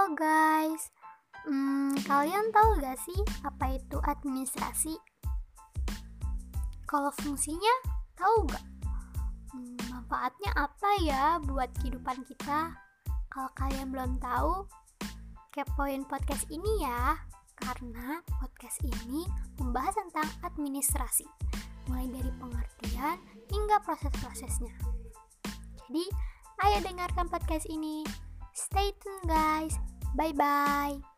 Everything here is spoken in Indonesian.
guys, kalian tahu gak sih apa itu administrasi? Kalau fungsinya tahu gak? Manfaatnya apa ya buat kehidupan kita? Kalau kalian belum tahu, kepoin podcast ini ya, karena podcast ini membahas tentang administrasi, mulai dari pengertian hingga proses-prosesnya. Jadi, ayo dengarkan podcast ini. Stay tune guys. Bye-bye.